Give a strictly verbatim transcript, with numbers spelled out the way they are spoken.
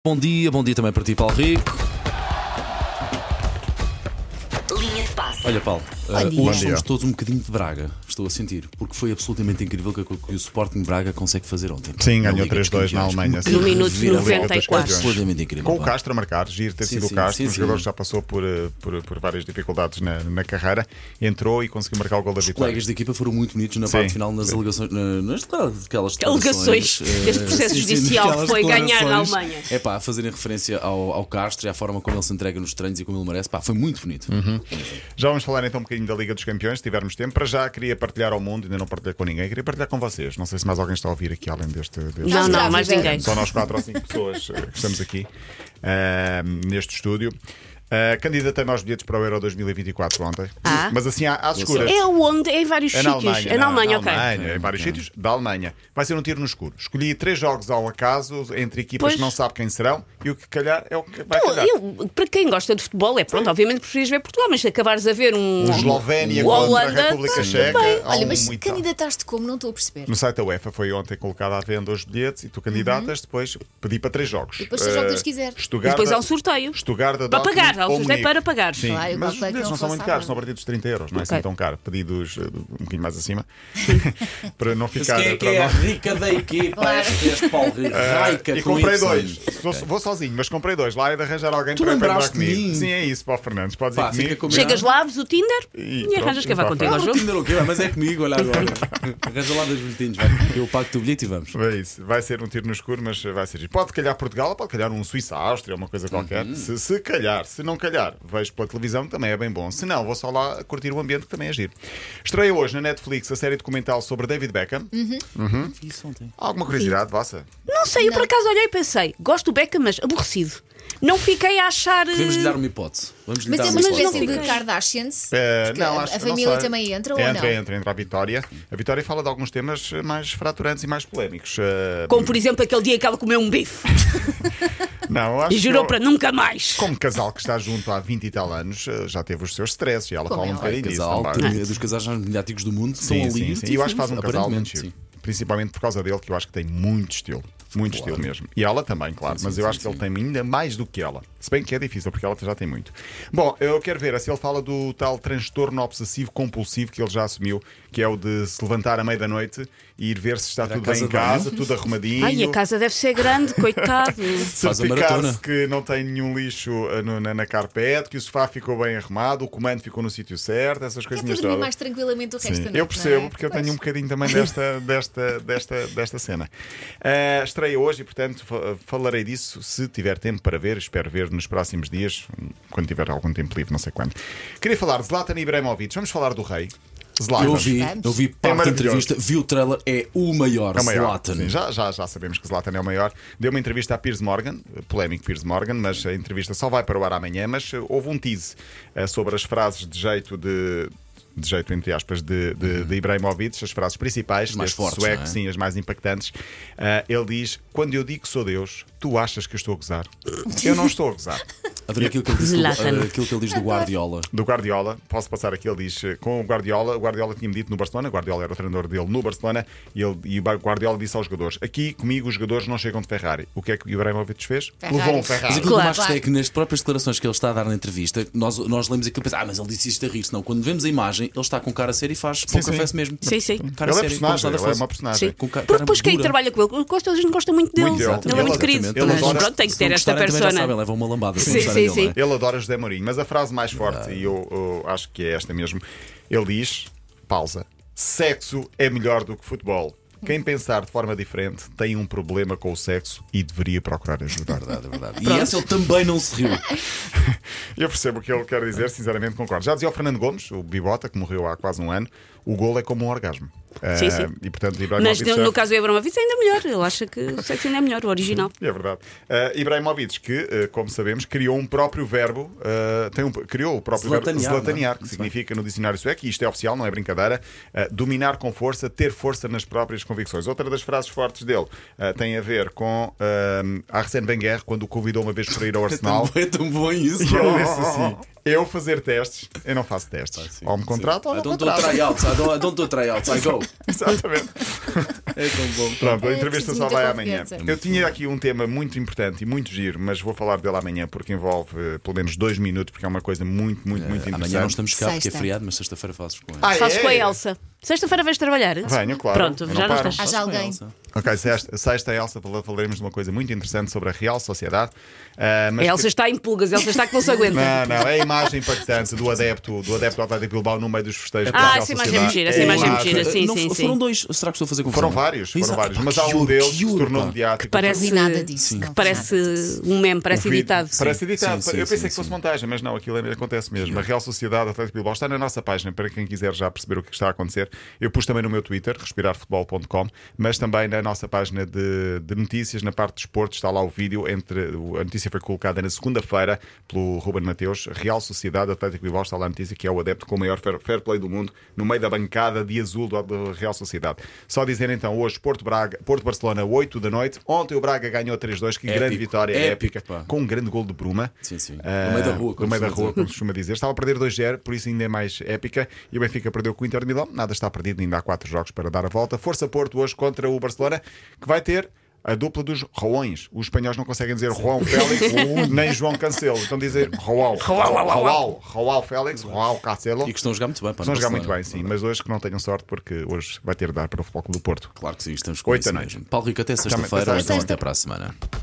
Bom dia, bom dia também para ti, Paulo Rico. Linha de passe. Olha, Paulo, uh, dia. hoje Bom somos dia. todos um bocadinho de Braga, estou a sentir, porque foi absolutamente incrível o que, que o Sporting Braga consegue fazer ontem. Sim, Na ganhou Liga dos três dois na Campeões. Alemanha, sim. Que No minuto reviravolta. noventa e quatro. Absolutamente incrível. Com o pá. Castro a marcar, giro ter Sim, sido sim, o Castro, sim, um sim. jogador que já passou por, eh, por, por várias dificuldades na, na carreira, entrou e conseguiu marcar o gol da Os vitória. colegas de equipa foram muito bonitos na Sim, parte final nas sim. alegações, na- nas aquelas Alegações declarações, deste eh, processo sim, sim, judicial aquelas que foi ganhar na declarações. Alemanha. É pá, a fazerem referência ao, ao Castro e à forma como ele se entrega nos treinos e como ele merece, pá, foi muito bonito. Já vamos falar então um bocadinho da Liga dos Campeões, se tivermos tempo. Para já queria partilhar ao mundo, ainda não partilhei com ninguém, queria partilhar com vocês. Não sei se mais alguém está a ouvir aqui além deste. deste... Não, não, mais ninguém. Só nós quatro ou cinco pessoas eh, que estamos aqui eh, neste estúdio. Uh, Candidatei-me aos bilhetes para o Euro dois mil e vinte e quatro ontem. Ah. Mas assim, à- às escuras. É onde? É em vários É na sítios. Alemanha, É na Alemanha, na ok. Alemanha, em vários sítios da Alemanha. Vai ser um tiro no escuro. Escolhi três jogos ao acaso entre equipas Pois. que não sabe quem serão e o que calhar é o que vai Eu- calhar. eu- para quem gosta de futebol, é pronto, obviamente preferias ver Portugal, mas se acabares a ver um, Um Eslovénia um contra a Holanda, República tá Checa. bem. há Olha, um mas e tal. candidataste como? Não estou a perceber. No site da UEFA foi ontem colocado à venda os bilhetes e tu candidatas, depois pedi para três jogos. E depois seja o que Deus Eh, quiser. E Stuttgart, depois há um sorteio. Stuttgart, Para Dortmund pagar, há um ou sorteio Munique. para pagar. Sim, Claro, eu mas os calculei que bilhetes não não são fosse muito à caros, venda. são a partir dos trinta euros, não é Ok. assim tão caro. Pedidos eh, um bocadinho mais acima para não ficar. Quem é que para é a não- rica da equipa? Claro. Este Paulo Rico. Raica E com comprei Y. dois. Vou, vou sozinho, mas comprei dois. Lá é de arranjar alguém Tu para para andar lembraste de comigo. mim? Sim, é isso, Paulo Fernandes. Podes Pá, ir fica comigo. combinado. Chegas lá, abres o Tinder E e, pronto, arranjas quem e vai vai contigo ao Ah, o jogo. Tinder o quê? Mas é comigo, olha agora. Arranja lá dois bilhetinhos, vai. Eu pago o bilhete e vamos. É isso. Vai ser um tiro no escuro, mas vai ser giro. Pode calhar Portugal, ou pode calhar um Suíça-Áustria, uma coisa qualquer. Uhum. Se, se calhar, se não calhar, vejo pela televisão, também é bem bom. Se não, vou só lá curtir o ambiente, que também é giro. Estreia hoje na Netflix a série documental sobre David Beckham. Isso ontem. Alguma curiosidade vossa? Não sei, eu por acaso olhei e pensei, gosto do Beckham, mas aborrecido. Não fiquei a achar. Podemos lhe dar uma hipótese. Vamos lhe Mas dar é uma uma Mas espécie não de fiquei. Kardashians. Eh, Porque não, a- acho- a não família sei. também entra ou entra, não? Entra, entra a Vitória. A Vitória fala de alguns temas mais fraturantes e mais polémicos. Eh, Como por exemplo aquele dia que ela comeu um bife não, eu acho e jurou que para nunca mais. como casal que está junto há vinte e tal anos, eh, já teve os seus stresses e ela Como fala é um bocadinho disso Casal, também. que- dos casais mais mediáticos do mundo Sim, estão ali. sim, sim. E eu acho que faz um casal muito aparentemente, giro. sim. Principalmente por causa dele, que eu acho que tem muito estilo. Muito Claro. estilo mesmo. E ela também, claro. Sim, mas sim, eu sim, acho que sim. ele tem ainda mais do que ela. Se bem que é difícil, porque ela já tem muito. Bom, eu quero ver se ele fala do tal transtorno obsessivo compulsivo que ele já assumiu, que é o de se levantar à meia da noite e ir ver se está Ir à tudo casa bem em de banho. casa, tudo arrumadinho. Ai, a casa deve ser grande, coitado. Faz a maratona. Certificar-se que não tem nenhum lixo uh, no- na, na carpete, que o sofá ficou bem arrumado, o comando ficou no sítio certo, essas É coisas para dormir mais tranquilamente o resto Sim, da noite. eu percebo, não é? porque eu Pois. tenho um bocadinho também desta, desta, desta, desta cena. Uh, estreia hoje e, portanto, fa- falarei disso se tiver tempo para ver. Espero ver nos próximos dias, quando tiver algum tempo livre, não sei quando. Queria falar de Zlatan Ibrahimovic. Vamos falar do rei. Zlatan. Eu vi, Vamos. eu vi É parte da maravilhoso. entrevista, vi o trailer, é o maior, É o maior. Zlatan. Sim, já, já, já sabemos que Zlatan é o maior. Deu uma entrevista a Piers Morgan, polémico Piers Morgan, mas a entrevista só vai para o ar amanhã. Mas uh, houve um tease uh, sobre as frases de jeito de. De jeito, entre aspas, de, de, de Ibrahimovic, as frases principais, As mais deste fortes, sueco, não é? sim, as mais impactantes. Uh, ele diz: quando eu digo que sou Deus, tu achas que eu estou a gozar? Eu não estou a gozar. A ver aquilo que ele disse do, Zlatan. uh, aquilo que ele diz do Guardiola. Do Guardiola, posso passar aqui, ele diz, eh, com o Guardiola, o Guardiola tinha-me dito no Barcelona, o Guardiola era o treinador dele no Barcelona, e, ele, e o Guardiola disse aos jogadores: aqui comigo os jogadores não chegam de Ferrari. O que é que o Ibrahimovic fez? Ferrari. Levou um Mas Ferrari. aquilo Claro. que eu mais gostei é que nas próprias declarações que ele está a dar na entrevista, nós, nós lemos aquilo e pensamos, ah, mas ele disse isto a rir. Não, quando vemos a imagem, ele está com cara séria e faz Sim, poker sim. face mesmo. Sim, sim. Cara Ele é séria, como personagem, está da ele é força. uma personagem. Sim. Com ca- Porque cara depois quem dura. trabalha com ele, gosta, a gente gosta muito dele. Muito dele. Ele é muito Ele- querido. ele Mas adora- pronto, tem que Se ter não esta gostarem, também já sabem, persona. leva uma lambada. se Sim, não gostarem sim, dele, sim. não é? Ele adora José Mourinho, mas a frase mais forte, e eu, eu acho que é esta mesmo, ele diz, pausa, sexo é melhor do que futebol. Quem pensar de forma diferente tem um problema com o sexo e deveria procurar ajuda. Verdade, é verdade. E essa ele também não se riu. Eu percebo o que ele quer dizer, sinceramente concordo. Já dizia o Fernando Gomes, o Bibota, que morreu há quase um ano, o golo é como um orgasmo. Sim, Ah, sim. E portanto, Mas Ibrahimovic no, já- no caso do Abramovich é ainda melhor. Ele acha que o sexo ainda é melhor, o original. É verdade. Uh, Ibrahimovic, que, uh, como sabemos, criou um próprio verbo, uh, tem um, criou o próprio Zlatanear, verbo zlatanear, não que é? significa no dicionário sueco, e isto é oficial, não é brincadeira, uh, dominar com força, ter força nas próprias convicções. Outra das frases fortes dele uh, tem a ver com uh, Arsène Wenger, quando o convidou uma vez para ir ao Arsenal. É tão bom isso. E ele disse assim: eu fazer testes, eu não faço testes. Sim, ou me sim. contrato ou I não don't do contrato. tryouts, I don't, I don't do tryouts, I go. Exatamente. É tão bom. Pronto, a É entrevista preciso só muita vai amanhã. confiança. Eu tinha aqui um tema muito importante e muito giro, mas vou falar dele amanhã porque envolve eh, pelo menos dois minutos, porque é uma coisa muito, muito, muito interessante. Amanhã não estamos cá porque é Sexta. feriado, mas sexta-feira fazes com ele. Ah, Fazes é? com a Elsa. Sexta-feira vais trabalhar? Venho, claro. Pronto, Eu não já não paro. estás. Haja alguém. Ok, sexta, sexta Elsa, fala- falaremos de uma coisa muito interessante sobre a Real Sociedade. ah, A mas Elsa está em pulgas, a Elsa está que não se aguenta. Não, não, é a imagem impactante do adepto do adepto do Atlético Bilbao no meio dos festejos. Ah, da Real essa imagem é Sociedade. muito gira, essa imagem é muito gira, sim, Não, sim, foram sim. dois. Será que estou a fazer confusão? Foram vários, foram Exato. vários, Pá, mas que há um juro, deles que que se juro, tornou pá. mediático. Parece, Vi nada disso. não vi parece nada disso. um meme, parece O vídeo editado. Parece editado. Sim, sim, Eu pensei sim, que fosse sim. montagem, mas não, aquilo é- acontece mesmo. A Real Sociedade Atlético Bilbao está na nossa página para quem quiser já perceber o que está a acontecer. Eu pus também no meu Twitter, respirar futebol ponto com, mas também na nossa página de, de notícias, na parte de esportes, está lá o vídeo. Entre, a notícia foi colocada na segunda-feira pelo Ruben Mateus. Real Sociedade Atlético Bilbao, está lá a notícia que é o adepto com o maior fair, fair play do mundo, no meio da bancada de azul do, do Real Sociedade. Só dizer então, hoje Porto Braga, Porto Barcelona, oito da noite. Ontem o Braga ganhou três dois, que Épico, grande vitória épico, épica, pá. com um grande gol de Bruma. Sim, sim. Ah, No meio da rua, como no meio da costuma rua, dizer. como se costuma dizer. Estava a perder dois zero, por isso ainda é mais épica. E o Benfica perdeu com o Inter de Milão. Nada está perdido, ainda há quatro jogos para dar a volta. Força Porto hoje contra o Barcelona, que vai ter a dupla dos Joões. Os espanhóis não conseguem dizer João Félix nem João Cancelo. Então dizem João. João. João Félix, João Cancelo. E que estão a jogar muito bem. Pá, Estão a no jogar muito bem, Barcelona. sim. Mas hoje que não tenham sorte, porque hoje vai ter de dar para o Futebol Clube do Porto. Claro que sim, estamos com Oito isso da noite. mesmo. Paulo Rico, até Também, sexta-feira, até então sexta. até para a semana.